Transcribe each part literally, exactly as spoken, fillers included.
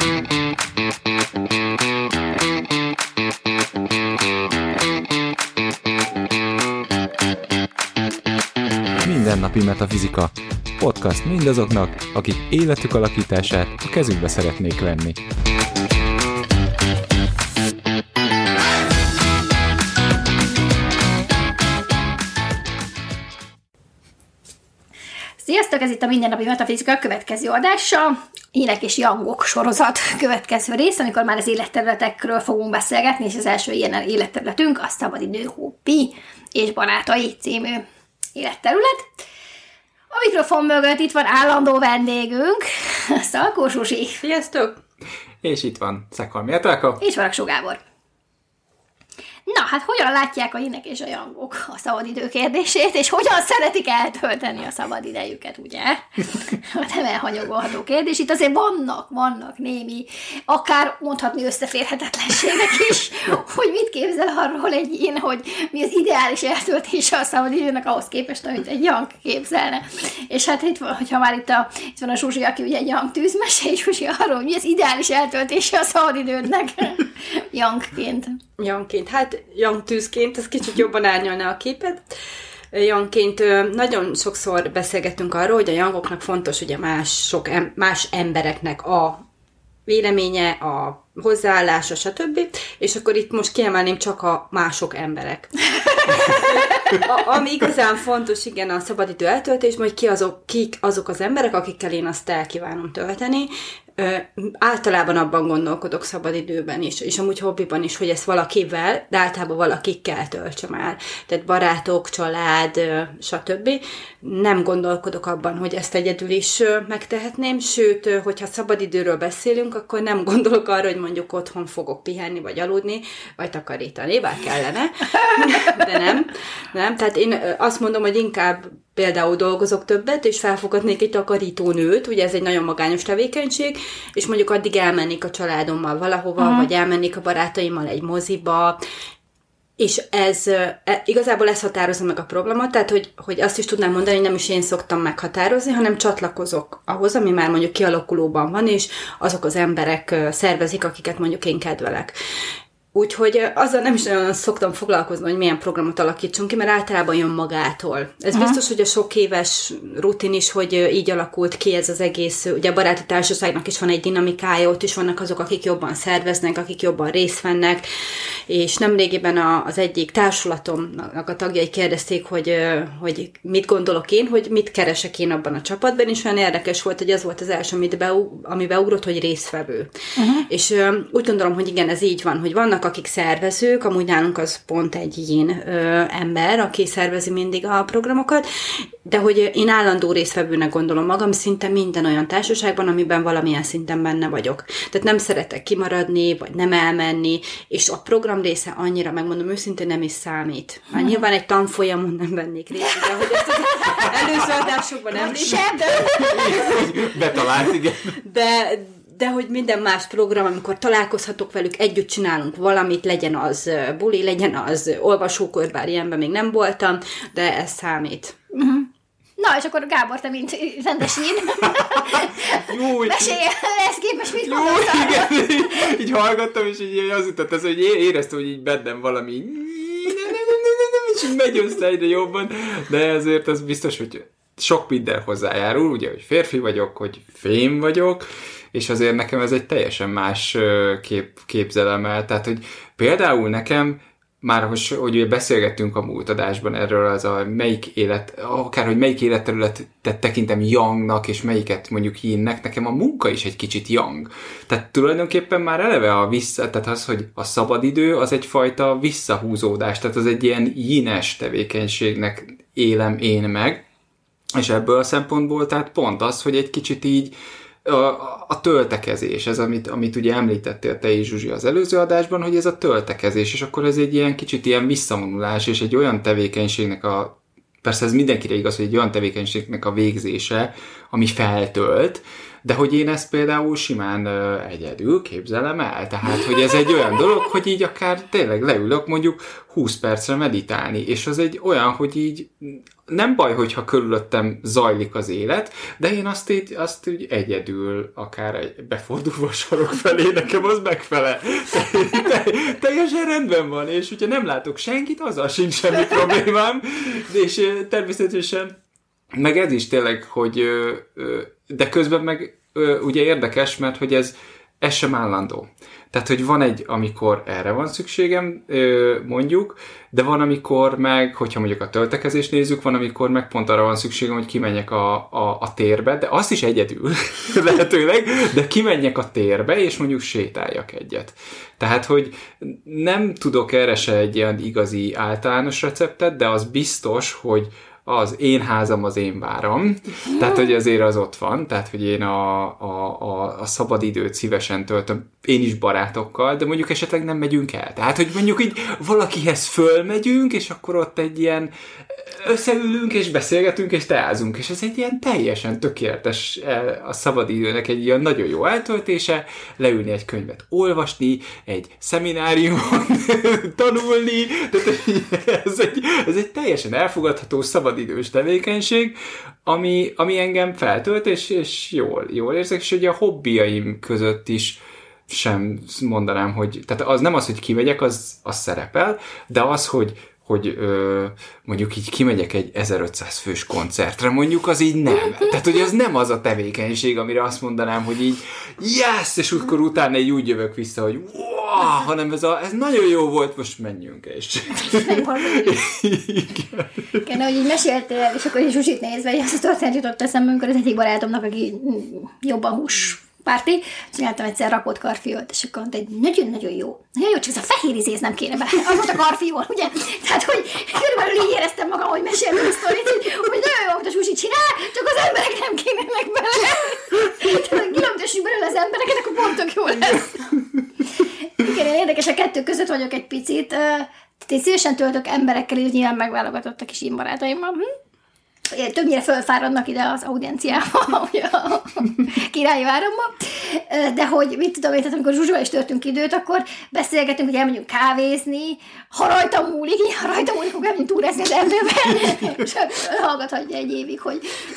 Mindennapi Metafizika. Podcast mindazoknak, akik életük alakítását a kezükbe szeretnék venni. Sziasztok, ez itt a Mindennapi Metafizika következő adása, Ének és Jangok sorozat következő rész, amikor már az életterületekről fogunk beszélgetni, és az első ilyen életterületünk a Szabadidő Hobbi és Barátai című életterület. A mikrofon mögött itt van állandó vendégünk, Szalkó Zsuzsi. Sziasztok! És itt van Szekhalmi Etelka. És Varaksó Gábor. Na, hát hogyan látják a Ének és a Jangok a szabadidő kérdését, és hogyan szeretik eltölteni a szabadidejüket, ugye? Nem elhanyagolható kérdés. Itt azért vannak, vannak némi, akár mondhatni összeférhetetlenségek is, hogy mit képzel arról egy én, hogy mi az ideális eltöltése a szabadidőnek ahhoz képest, amit egy Yang képzelne. És hát itt van, hogyha már itt, a, itt van a Zsuzsi, aki ugye egy Yang tűzmese, Zsuzsi arról, hogy mi az ideális eltöltése a szabadidődnek Yangként. Yangként, hát Yang tűzként, ez kicsit jobban árnyalná a képet. Yangként nagyon sokszor beszélgettünk arról, hogy a Yangoknak fontos ugye más, sok, más embereknek a véleménye, a hozzáállása, stb. És akkor itt most kiemelném csak a mások emberek. A, ami igazán fontos, igen, a szabadidő eltöltésben, hogy ki azok, kik azok az emberek, akikkel én azt el kívánom tölteni. Ö, általában abban gondolkodok szabadidőben is, és amúgy hobbiban is, hogy ezt valakivel, de általában valakikkel töltsem el. Tehát barátok, család, ö, stb. Nem gondolkodok abban, hogy ezt egyedül is ö, megtehetném, sőt, ö, hogyha szabadidőről beszélünk, akkor nem gondolok arra, hogy mondjuk otthon fogok pihenni, vagy aludni, vagy takarítani, bár kellene, de nem. nem. Tehát én azt mondom, hogy inkább például dolgozok többet, és felfogadnék egy takarítónőt, ugye ez egy nagyon magányos tevékenység, és mondjuk addig elmennék a családommal valahova, uh-huh. vagy elmennék a barátaimmal egy moziba, és ez e, igazából ez határozza meg a problémát, tehát hogy, hogy azt is tudnám mondani, hogy nem is én szoktam meghatározni, hanem csatlakozok ahhoz, ami már mondjuk kialakulóban van, és azok az emberek szervezik, akiket mondjuk én kedvelek. Úgyhogy azzal nem is nagyon szoktam foglalkozni, hogy milyen programot alakítsunk ki, mert általában jön magától. Ez uh-huh. biztos, hogy a sok éves rutin is, hogy így alakult ki ez az egész, ugye a baráti társaságnak is van egy dinamikája, ott is vannak azok, akik jobban szerveznek, akik jobban részt vennek, és nemrégiben az egyik társulatomnak a tagjai kérdezték, hogy, hogy mit gondolok én, hogy mit keresek én abban a csapatban, és olyan érdekes volt, hogy az volt az első, amit be, ami beugrott, hogy résztvevő. Uh-huh. És úgy gondolom, hogy igen, ez így van, hogy vannak akik szervezők, amúgy nálunk az pont egy ilyen ö, ember, aki szervezi mindig a programokat, de hogy én állandó résztvevőnek gondolom magam szinte minden olyan társaságban, amiben valamilyen szinten benne vagyok. Tehát nem szeretek kimaradni, vagy nem elmenni, és a program része annyira, megmondom őszintén, nem is számít. Már nyilván egy tanfolyamon nem vennék részt, de hogy ezt az előző adásokban említem. Betalált, igen. De de hogy minden más program, amikor találkozhatok velük, együtt csinálunk valamit, legyen az buli, legyen az olvasókör, bár ilyenben még nem voltam, de ez számít. Uh-huh. Na, és akkor Gábor, te mint rendes ír. Mesélj, ezt képes mit mondasz? Igen, így hallgattam, és így az jutott ez, hogy éreztem, hogy így bennem valami és így megy össze egyre jobban, de ezért az biztos, hogy sok minden hozzájárul, ugye, hogy férfi vagyok, hogy fém vagyok, és azért nekem ez egy teljesen más kép, képzelem el. Tehát, hogy például nekem, már hogy, hogy beszélgettünk a múlt adásban erről, az a melyik élet, akár hogy melyik életterületet tekintem Yangnak, és melyiket mondjuk Yinnek, nekem a munka is egy kicsit Yang. Tehát tulajdonképpen már eleve a vissza, tehát az, hogy a szabadidő, az egyfajta visszahúzódás, tehát az egy ilyen Yin-es tevékenységnek élem én meg, és ebből a szempontból tehát pont az, hogy egy kicsit így A, a töltekezés, ez amit, amit ugye említettél te is, Zsuzsi, az előző adásban, hogy ez a töltekezés, és akkor ez egy ilyen kicsit ilyen visszavonulás, és egy olyan tevékenységnek a, persze ez mindenkire igaz, hogy egy olyan tevékenységnek a végzése, ami feltölt, De hogy én ezt például simán ö, egyedül képzelem el. Tehát, hogy ez egy olyan dolog, hogy így akár tényleg leülök mondjuk húsz percre meditálni, és az egy olyan, hogy így nem baj, hogyha körülöttem zajlik az élet, de én azt így, azt így egyedül, akár egy befordulva sarok felé, nekem az megfelel. Te, te, teljesen rendben van, és hogyha nem látok senkit, azzal sincs semmi problémám, és természetesen meg ez is tényleg, hogy de közben meg ugye érdekes, mert hogy ez, ez sem állandó. Tehát, hogy van egy, amikor erre van szükségem, mondjuk, de van, amikor meg, hogyha mondjuk a töltekezést nézzük, van, amikor meg pont arra van szükségem, hogy kimenjek a, a, a térbe, de azt is egyedül, lehetőleg, de kimenjek a térbe, és mondjuk sétáljak egyet. Tehát, hogy nem tudok erre se egy ilyen igazi általános receptet, de az biztos, hogy az én házam, az én váram. Tehát, hogy azért az ott van. Tehát, hogy én a, a, a, a szabadidőt szívesen töltöm, én is barátokkal, de mondjuk esetleg nem megyünk el. Tehát, hogy mondjuk így valakihez fölmegyünk, és akkor ott egy ilyen összeülünk, és beszélgetünk, és teázunk. És ez egy ilyen teljesen tökéletes a szabadidőnek egy ilyen nagyon jó eltöltése, leülni egy könyvet olvasni, egy szemináriumon tanulni, tehát ez egy, ez egy teljesen elfogadható szabadidős tevékenység, ami, ami engem feltölt, és, és jól, jól érzek, és ugye a hobbiaim között is sem mondanám, hogy, tehát az nem az, hogy kimegyek, az, az szerepel, de az, hogy hogy ö, mondjuk így kimegyek egy ezerötszáz fős koncertre, mondjuk az így nem. Tehát, hogy az nem az a tevékenység, amire azt mondanám, hogy így yes, és akkor utána így úgy jövök vissza, hogy wow, hanem ez, a, ez nagyon jó volt, most menjünk és... Igen. Igen, ahogy így meséltél, és akkor is Zsuzsit nézve, hogy azt a történet jutott eszembe, amikor az egyik barátomnak, aki jobban hús párti, csináltam egyszer rakott karfiót, és akkor mondta, hogy nagyon-nagyon jó. Nagyon jó, csak ez a fehér izéz nem kéne bele. Az volt a karfiól, ugye? Tehát, hogy körülbelül így éreztem magam, hogy meséltem a sztorit, hogy, hogy nagyon jó, hogy a Zsuzsi csinál, csak az emberek nem kénenek bele. Tehát, kilömtössük belőle az embereket, akkor pont tök jó lesz. Igen, érdekes, a kettő között vagyok egy picit. Én szívesen töltök emberekkel, és nyilván megválogatottak is én barátaimmal. Hm? Többnyire fölfáradnak ide az audienciába, ugye a Királyi Váromba, de hogy mit tudom én, tehát amikor Zsuzsóval is töltünk időt, akkor beszélgetünk, hogy elmegyünk kávézni, ha rajta múlik, ha rajta múlik, akkor elmegyünk túrázni az erdőben, és hallgathatja egy évig, hogy,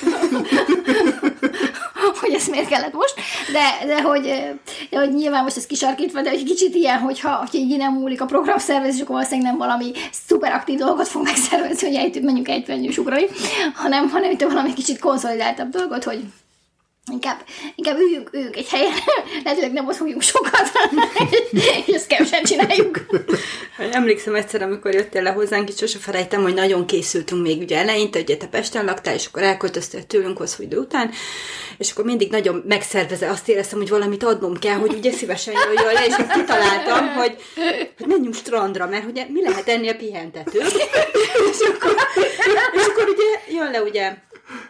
hogy ez miért kellett most, de, de, hogy, de hogy nyilván most ez kisarkítva, de egy kicsit ilyen, hogyha, hogyha így nem múlik a programszervezés, akkor valószínűleg nem valami szuperaktív dolgot fog megszervezni, hogy egy, menjünk egybennyős ugrani, hanem, hanem itt valami kicsit konszolidáltabb dolgot, hogy inkább, inkább üljünk, üljünk egy helyen, lehetőleg nem ott fogjunk sokat, és ezt kevesen csináljuk. Emlékszem egyszer, amikor jöttél le hozzánk, és sose felejtem, hogy nagyon készültünk még ugye eleinte, ugye te Pesten laktál, és akkor elköltöztél tőlünk hosszú idő után, és akkor mindig nagyon megszervezve azt éreztem, hogy valamit adnom kell, hogy ugye szívesen jöjjön le, és akkor kitaláltam, hogy, hogy menjünk strandra, mert ugye mi lehet ennél pihentető. és, akkor, és akkor ugye jön le ugye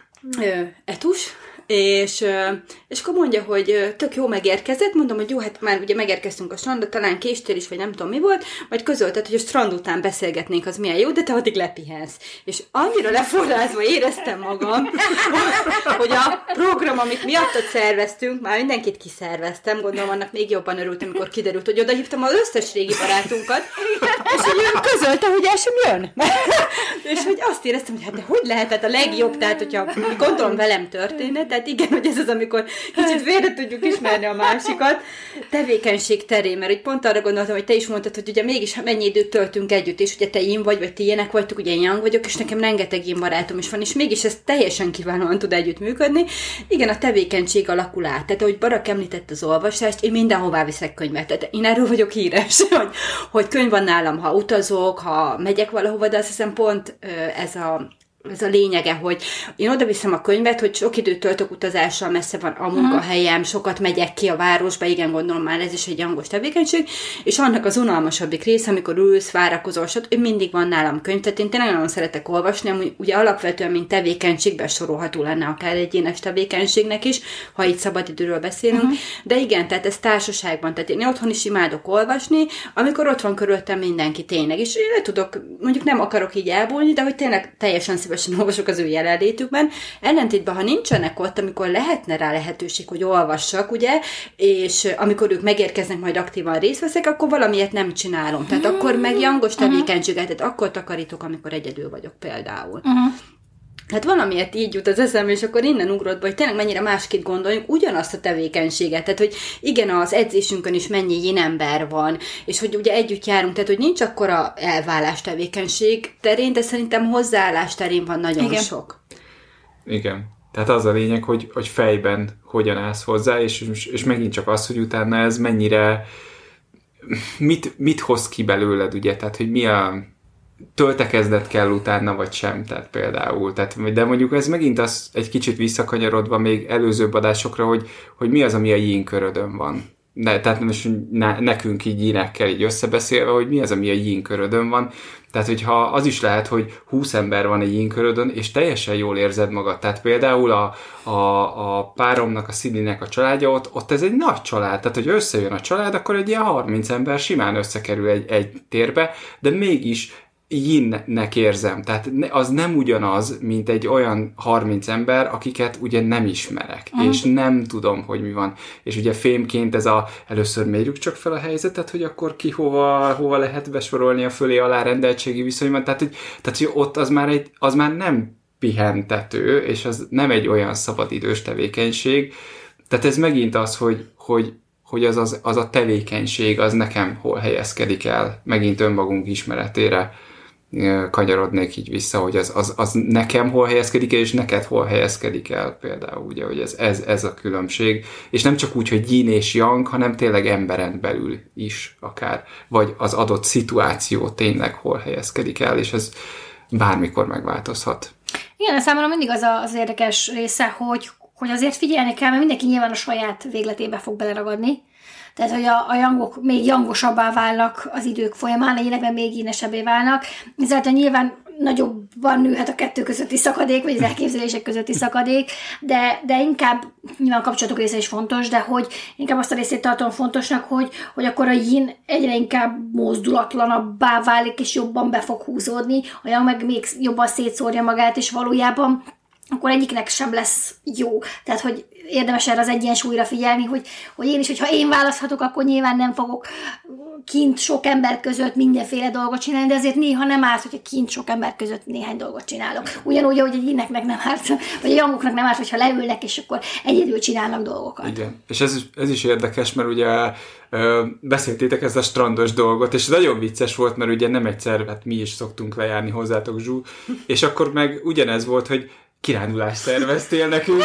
Etus, és, és akkor mondja, hogy tök jó megérkezett, mondom, hogy jó, hát már ugye megérkeztünk a strandra, talán késtél is, vagy nem tudom mi volt, majd közölted, hogy a strand után beszélgetnénk, az milyen jó, de te addig lepihensz. És annyira leforrázva éreztem magam, hogy a program, amit miattat szerveztünk, már mindenkit kiszerveztem, gondolom annak még jobban örültem, amikor kiderült, hogy odahívtam az összes régi barátunkat, és hogy ő közölte, hogy el sem jön. és hogy azt éreztem, hogy hát de hogy lehetett a legjobb, tehát hogyha gondolom velem történne, tehát igen, hogy ez az, amikor kicsit félre tudjuk ismerni a másikat, tevékenység terén, mert hogy pont arra gondoltam, hogy te is mondtad, hogy ugye mégis mennyi időt töltünk együtt, és ugye te én vagy, vagy ti ilyenek vagytok, ugye én Yang vagyok, és nekem rengeteg én barátom is van, és mégis ez teljesen kiválóan tud együtt működni. Igen, a tevékenység alakul át. Tehát, ahogy Barak említett az olvasást, én mindenhová viszek könyvet. Tehát én erről vagyok híres, hogy, hogy könyv van nálam, ha utazok, ha megyek valahova, de azt hiszem pont ez a ez a lényege, hogy én oda viszem a könyvet, hogy sok időt töltök utazással, messze van a munkahelyem, sokat megyek ki a városba, igen, gondolom már ez is egy hangos tevékenység, és annak az unalmasabbik része, amikor ülsz, várakozol, hogy mindig van nálam könyv, tehát én tényleg nagyon szeretek olvasni, ami ugye alapvetően, mint tevékenységben sorolható lenne akár egyénes tevékenységnek is, ha itt szabadidőről beszélünk, uh-huh. de igen, tehát ez társaságban, tehát én otthon is imádok olvasni, amikor ott van körülöttem mindenki tényleg, és én tudok, mondjuk nem akarok így elbújni, de hogy tényleg teljesen szívesen szívesen olvasok az ő jelenlétükben. Ellentétben, ha nincsenek ott, amikor lehetne rá lehetőség, hogy olvassak, ugye, és amikor ők megérkeznek, majd aktívan részt veszek, akkor valamiért nem csinálom. Tehát mm-hmm. akkor meg jangos tevékenységet, tehát akkor takarítok, amikor egyedül vagyok például. Mm-hmm. Hát valamiért így jut az eszembe, és akkor innen ugrott be, hogy tényleg mennyire másképp gondoljunk ugyanazt a tevékenységet. Tehát, hogy igen, az edzésünkön is mennyi ilyen ember van, és hogy ugye együtt járunk, tehát, hogy nincs akkora elválás tevékenység terén, de szerintem hozzáállás terén van nagyon igen. sok. Igen. Tehát az a lényeg, hogy, hogy fejben hogyan állsz hozzá, és, és megint csak az, hogy utána ez mennyire mit, mit hoz ki belőled, ugye? Tehát, hogy mi a töltekezned kell utána, vagy sem, tehát például. Tehát, de mondjuk ez megint az egy kicsit visszakanyarodva még előzőbb adásokra, hogy, hogy mi az, ami a yin körödön van. De, tehát most ne, nekünk így yinekkel így összebeszélve, hogy mi az, ami a yin körödön van. Tehát, hogyha az is lehet, hogy húsz ember van egy yin körödön, és teljesen jól érzed magad. Tehát például a, a, a páromnak, a Szilinek a családja, ott, ott ez egy nagy család. Tehát, hogy összejön a család, akkor egy ilyen harminc ember simán összekerül egy, egy térbe, de mégis yin-nek érzem. Tehát az nem ugyanaz, mint egy olyan harminc ember, akiket ugye nem ismerek, uh-huh. és nem tudom, hogy mi van. És ugye fémként ez a, először mérjük csak fel a helyzetet, hogy akkor ki hova, hova lehet besorolni a fölé alá rendeltségi viszonyban. Tehát, hogy, tehát, hogy ott az már, egy, az már nem pihentető, és az nem egy olyan szabadidős tevékenység. Tehát ez megint az, hogy, hogy hogy az, az, az a tevékenység, az nekem hol helyezkedik el, megint önmagunk ismeretére kanyarodnék így vissza, hogy az, az, az nekem hol helyezkedik el, és neked hol helyezkedik el például, ugye, hogy ez, ez, ez a különbség, és nem csak úgy, hogy yin és yang, hanem tényleg emberen belül is akár, vagy az adott szituáció tényleg hol helyezkedik el, és ez bármikor megváltozhat. Igen, számomra mindig az a, az érdekes része, hogy hogy azért figyelni kell, mert mindenki nyilván a saját végletébe fog beleragadni. Tehát, hogy a, a yangok még yangosabbá válnak az idők folyamán, egyébként még ínesebbé válnak. Ezáltal nyilván nagyobban nőhet a kettő közötti szakadék, vagy az elképzelések közötti szakadék, de, de inkább nyilván a kapcsolatok része is fontos, de hogy inkább azt a részét tartom fontosnak, hogy, hogy akkor a yin egyre inkább mozdulatlanabbá válik, és jobban be fog húzódni, a yang meg még jobban szétszórja magát, és valójában akkor egyiknek sem lesz jó. Tehát, hogy érdemes erre az egyensúlyra figyelni, hogy, hogy én is, hogyha én választhatok, akkor nyilván nem fogok kint sok ember között mindenféle dolgot csinálni, de azért néha nem árt, hogyha kint sok ember között néhány dolgot csinálok. Ugyanúgy, hogy egy yineknek nem árt, vagy a yangoknak nem árt, hogyha leülnek, és akkor egyedül csinálnak dolgokat. Igen. És ez, ez is érdekes, mert ugye ö, beszéltétek ezt a strandos dolgot, és nagyon vicces volt, mert ugye nem egyszer, hát mi is szoktunk lejárni hozzátok, Zsú, és akkor meg ugyanez volt, hogy kirándulást szerveztél nekünk.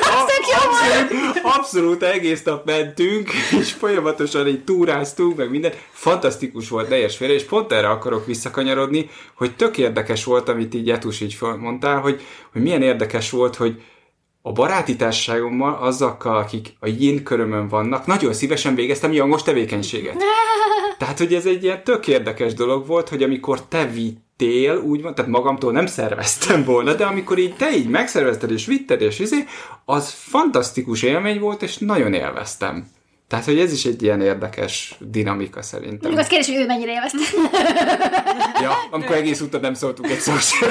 Abszolút, abszolút egész nap mentünk, és folyamatosan így túráztunk, meg minden. Fantasztikus volt, teljes félre, és pont erre akarok visszakanyarodni, hogy tök érdekes volt, amit így Etus így mondtál, hogy, hogy milyen érdekes volt, hogy a baráti társaságommal, azokkal, akik a yin körömön vannak, nagyon szívesen végeztem yangos tevékenységet. Tehát, hogy ez egy ilyen tök érdekes dolog volt, hogy amikor te vittél, úgy van, tehát magamtól nem szerveztem volna, de amikor így te így megszervezted és vitted, és izé, az fantasztikus élmény volt, és nagyon élveztem. Tehát, hogy ez is egy ilyen érdekes dinamika szerintem. Mondjuk az kérdés, hogy ő mennyire élvezte. Ja, amikor egész utat nem szóltunk egy szót sem.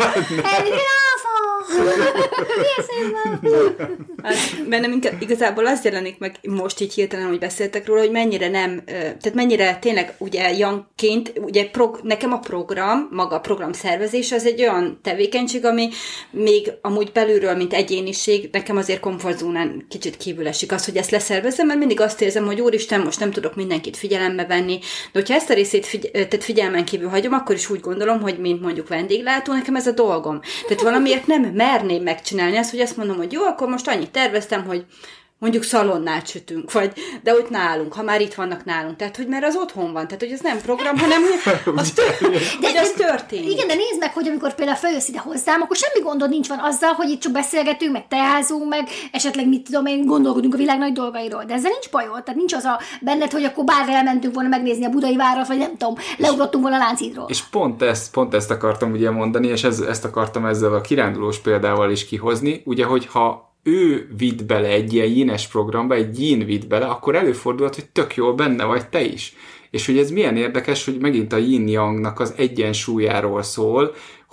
Hát, bennem igazából az jelenik meg most így hirtelen, hogy beszéltek róla, hogy mennyire nem, tehát mennyire tényleg ugye yangként, ugye prog, nekem a program, maga a program szervezés az egy olyan tevékenység, ami még amúgy belülről, mint egyéniség, nekem azért komfortzónán kicsit kívül esik az, hogy ezt leszervezem, mert mindig azt érzem, hogy úristen, most nem tudok mindenkit figyelembe venni, de hogyha ezt a részét figy- tehát figyelmen kívül hagyom, akkor is úgy gondolom, hogy mint mondjuk vendéglátó, nekem ez a dolgom. Tehát valamiért nem merném megcsinálni azt, hogy azt mondom, hogy jó, akkor most annyit terveztem, hogy mondjuk szalonnát sütünk, vagy, de ott nálunk, ha már itt vannak nálunk. Tehát, hogy mert az otthon van. Tehát, hogy ez nem program, hanem az, tör, de, hogy az történik. Igen, de nézd meg, hogy amikor például feljössz ide hozzám, akkor semmi gondod nincs van azzal, hogy itt csak beszélgetünk, meg teázunk, meg esetleg mit tudom én, gondolkodunk a világ nagy dolgairól. De ezzel nincs bajod. Tehát nincs az a benned, hogy akkor bárra elmentünk volna megnézni a Budai várat, vagy nem tudom, leugrottunk volna a Lánchídról. És pont ezt, pont ezt akartam ugye mondani, és ez, ezt akartam ezzel a kirándulós példával is kihozni, ugye, hogyha ő vitt bele egy ilyen yines programba, egy yin vitt bele, akkor előfordulhat, hogy tök jól benne vagy te is. És hogy ez milyen érdekes, hogy megint a yin-yangnak az egyensúlyáról szól, hogy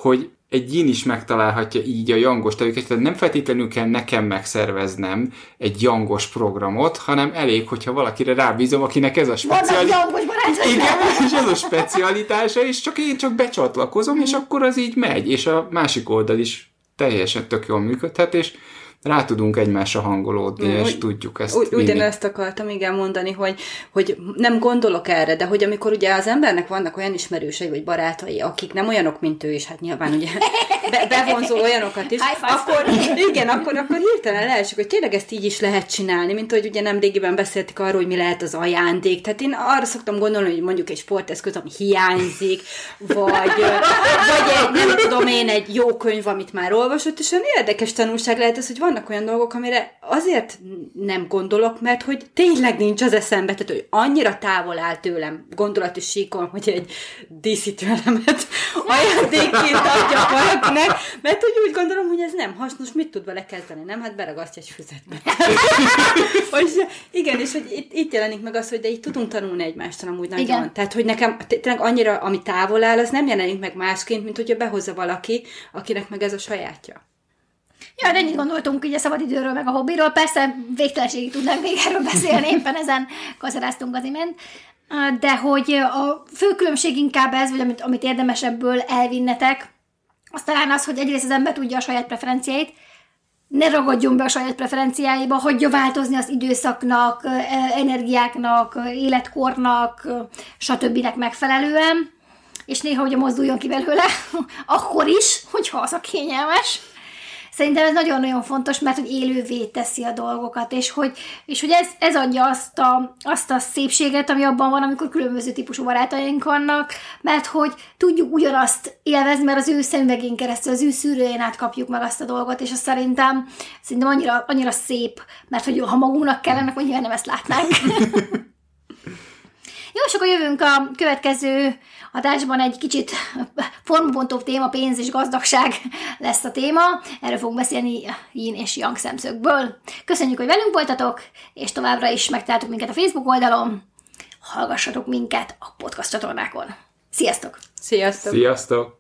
egy yin is megtalálhatja így a jangos tevékenységet, tehát nem feltétlenül kell nekem megszerveznem egy jangos programot, hanem elég, hogyha valakire rábízom, akinek ez a specialitása. Igen, és ez a specialitása, és csak én csak becsatlakozom, mm. és akkor az így megy, és a másik oldal is teljesen tök jól működhet, és rá tudunk egymásra hangolódni, mm, és úgy, tudjuk ezt úgy, ugyanezt akartam igen mondani, hogy, hogy nem gondolok erre, de hogy amikor ugye az embernek vannak olyan ismerősei, vagy barátai, akik nem olyanok, mint ő is, hát nyilván ugye be, bevonzol olyanokat is, akkor igen, akkor, akkor hirtelen leesik, hogy tényleg ezt így is lehet csinálni, mint hogy ugye nemrégiben beszéltük arról, hogy mi lehet az ajándék. Tehát én arra szoktam gondolni, hogy mondjuk egy sporteszköz, ami hiányzik, vagy, vagy egy, nem tudom én, egy jó könyv, amit már olvasott, és olyan érdekes tanulság lehet ez, hogy vannak olyan dolgok, amire azért nem gondolok, mert hogy tényleg nincs az eszembe, tehát hogy annyira távol áll tőlem gondolati síkon, hogy egy díszítőelemet ajándékként adjak valakinek, mert hogy úgy gondolom, hogy ez nem hasznos, mit tud vele kezdeni, nem? Hát beragasztja egy füzetbe. hogy, igen, és hogy itt, itt jelenik meg az, hogy de így tudunk tanulni egymástól amúgy nagyon. Igen. Tehát, hogy nekem tényleg annyira, ami távol áll, az nem jelenik meg másként, mint hogyha behozza valaki, akinek meg ez a sajátja. Ja, de ennyit gondoltunk ugye a szabadidőről, meg a hobbiról. Persze végtelenségig tudnánk még erről beszélni, éppen ezen kazaráztunk az imént. De hogy a fő különbség inkább ez, vagy amit, amit érdemes ebből elvinnetek, az talán az, hogy egyrészt az ember tudja a saját preferenciáit, ne ragadjon be a saját preferenciáiba, hagyja változni az időszaknak, energiáknak, életkornak, stb. Megfelelően, és néha ugye mozduljon ki belőle, akkor is, hogyha az a kényelmes. Szerintem ez nagyon-nagyon fontos, mert hogy élővé teszi a dolgokat, és hogy, és hogy ez, ez adja azt a, azt a szépséget, ami abban van, amikor különböző típusú barátaink vannak, mert hogy tudjuk ugyanazt élvezni, mert az ő szemüvegén keresztül, az ő szűrőjén át kapjuk meg azt a dolgot, és az szerintem, szerintem annyira, annyira szép, mert hogy ha magunknak kellene, akkor nyilván nem ezt látnánk. Jó, és akkor jövünk a következő adásban, egy kicsit formabontóbb téma, pénz és gazdagság lesz a téma. Erről fogunk beszélni yin és yang szemszögből. Köszönjük, hogy velünk voltatok, és továbbra is megtaláltok minket a Facebook oldalon. Hallgassatok minket a podcast csatornákon. Sziasztok! Sziasztok! Sziasztok!